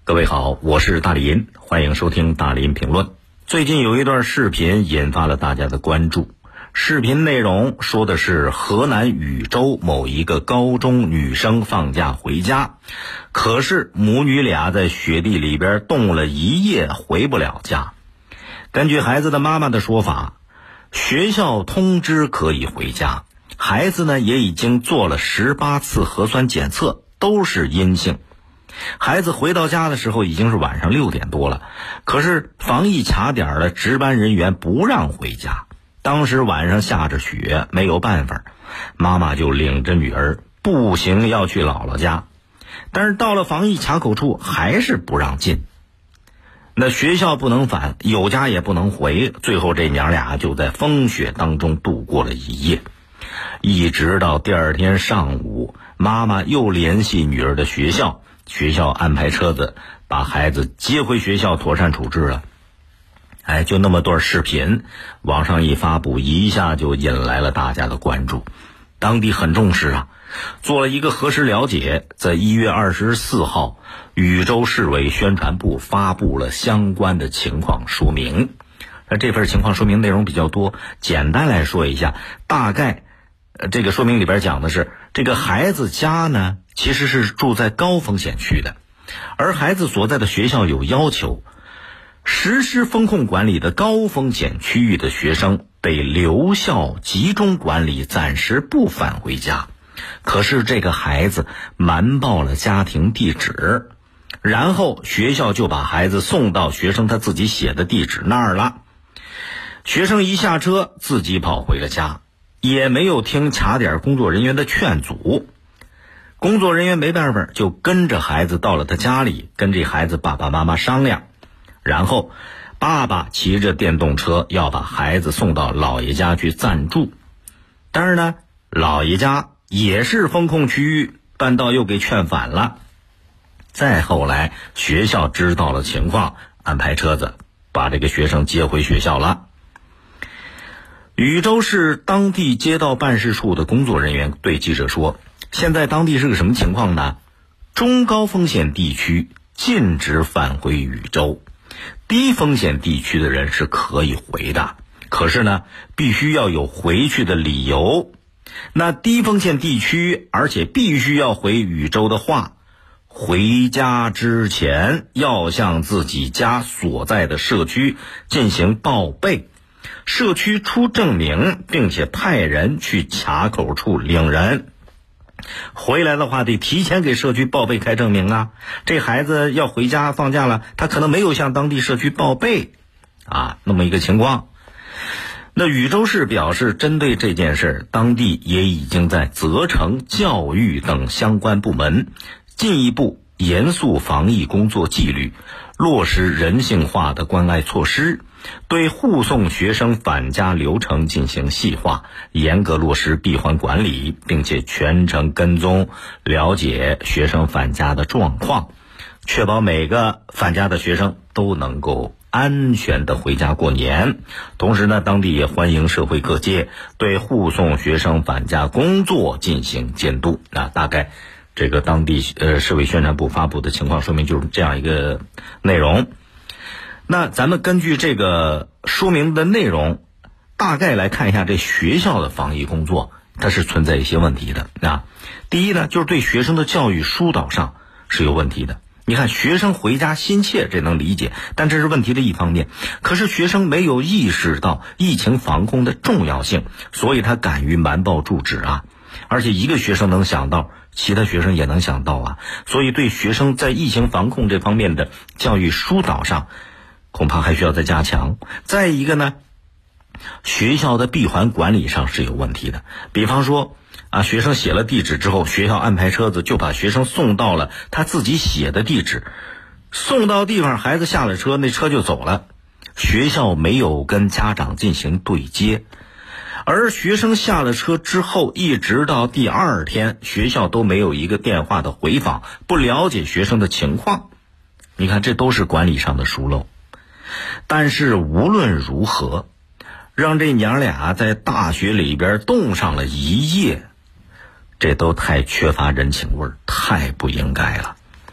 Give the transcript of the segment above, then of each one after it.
各位好，我是大林，欢迎收听大林评论。最近有一段视频引发了大家的关注，视频内容说的是河南禹州某一个高中女生放假回家，可是母女俩在雪地里边冻了一夜，回不了家。根据孩子的妈妈的说法，学校通知可以回家，孩子呢也已经做了18次核酸检测，都是阴性。孩子回到家的时候已经是晚上6点多了，可是防疫卡点的值班人员不让回家。当时晚上下着雪，没有办法，妈妈就领着女儿步行要去姥姥家，但是到了防疫卡口处还是不让进。那学校不能返，有家也不能回，最后这娘俩就在风雪当中度过了一夜。一直到第二天上午，妈妈又联系女儿的学校，学校安排车子把孩子接回学校妥善处置了。就那么段视频网上一发布，一下就引来了大家的关注。当地很重视做了一个核实了解，在1月24号禹州市委宣传部发布了相关的情况说明。这份情况说明内容比较多，简单来说一下，大概这个说明里边讲的是，这个孩子家呢其实是住在高风险区的，而孩子所在的学校有要求，实施风控管理的高风险区域的学生被留校集中管理，暂时不返回家。可是这个孩子瞒报了家庭地址，然后学校就把孩子送到学生他自己写的地址那儿了。学生一下车自己跑回了家，也没有听卡点工作人员的劝阻。工作人员没办法，就跟着孩子到了他家里，跟这孩子爸爸妈妈商量，然后爸爸骑着电动车要把孩子送到姥爷家去暂住。但是呢，姥爷家也是风控区域，半道又给劝返了。再后来学校知道了情况，安排车子把这个学生接回学校了。禹州市当地街道办事处的工作人员对记者说，现在当地是个什么情况呢？中高风险地区禁止返回禹州，低风险地区的人是可以回的，可是呢必须要有回去的理由。那低风险地区而且必须要回禹州的话，回家之前要向自己家所在的社区进行报备，社区出证明，并且派人去卡口处领人。回来的话得提前给社区报备开证明这孩子要回家放假了，他可能没有向当地社区报备那么一个情况。那禹州市表示，针对这件事，当地也已经在责成教育等相关部门进一步严肃防疫工作纪律，落实人性化的关爱措施，对护送学生返家流程进行细化，严格落实闭环管理，并且全程跟踪了解学生返家的状况，确保每个返家的学生都能够安全的回家过年。同时呢，当地也欢迎社会各界对护送学生返家工作进行监督。大概这个当地市委宣传部发布的情况说明就是这样一个内容。那咱们根据这个说明的内容，大概来看一下这学校的防疫工作，它是存在一些问题的第一呢，就是对学生的教育疏导上是有问题的。你看学生回家心切，这能理解，但这是问题的一方面。可是学生没有意识到疫情防控的重要性，所以他敢于瞒报住址而且一个学生能想到，其他学生也能想到所以对学生在疫情防控这方面的教育疏导上恐怕还需要再加强。再一个呢，学校的闭环管理上是有问题的。比方说学生写了地址之后，学校安排车子就把学生送到了他自己写的地址，送到地方，孩子下了车，那车就走了，学校没有跟家长进行对接。而学生下了车之后，一直到第2天，学校都没有一个电话的回访，不了解学生的情况。你看，这都是管理上的疏漏。但是无论如何，让这娘俩在大学里边冻上了一夜，这都太缺乏人情味儿，太不应该了。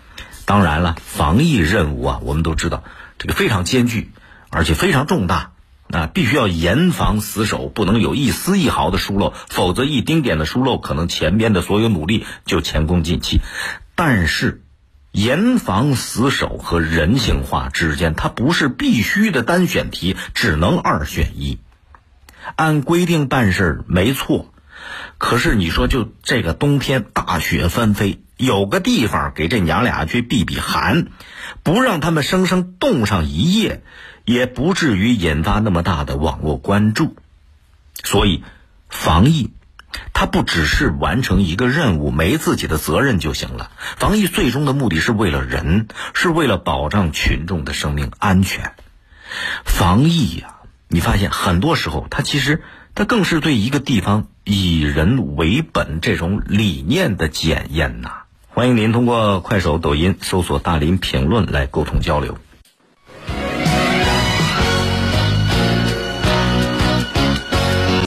当然了，防疫任务啊，我们都知道这个非常艰巨，而且非常重大，必须要严防死守，不能有一丝一毫的疏漏，否则一丁点的疏漏，可能前边的所有努力就前功尽弃。但是严防死守和人性化之间，它不是必须的单选题，只能二选一。按规定办事没错，可是你说就这个冬天大雪纷飞，有个地方给这娘俩去避避寒，不让他们生生冻上一夜，也不至于引发那么大的网络关注。所以防疫它不只是完成一个任务，没自己的责任就行了。防疫最终的目的是为了人，是为了保障群众的生命安全。防疫啊，你发现很多时候它更是对一个地方以人为本这种理念的检验呐。欢迎您通过快手、抖音搜索大林评论来沟通交流。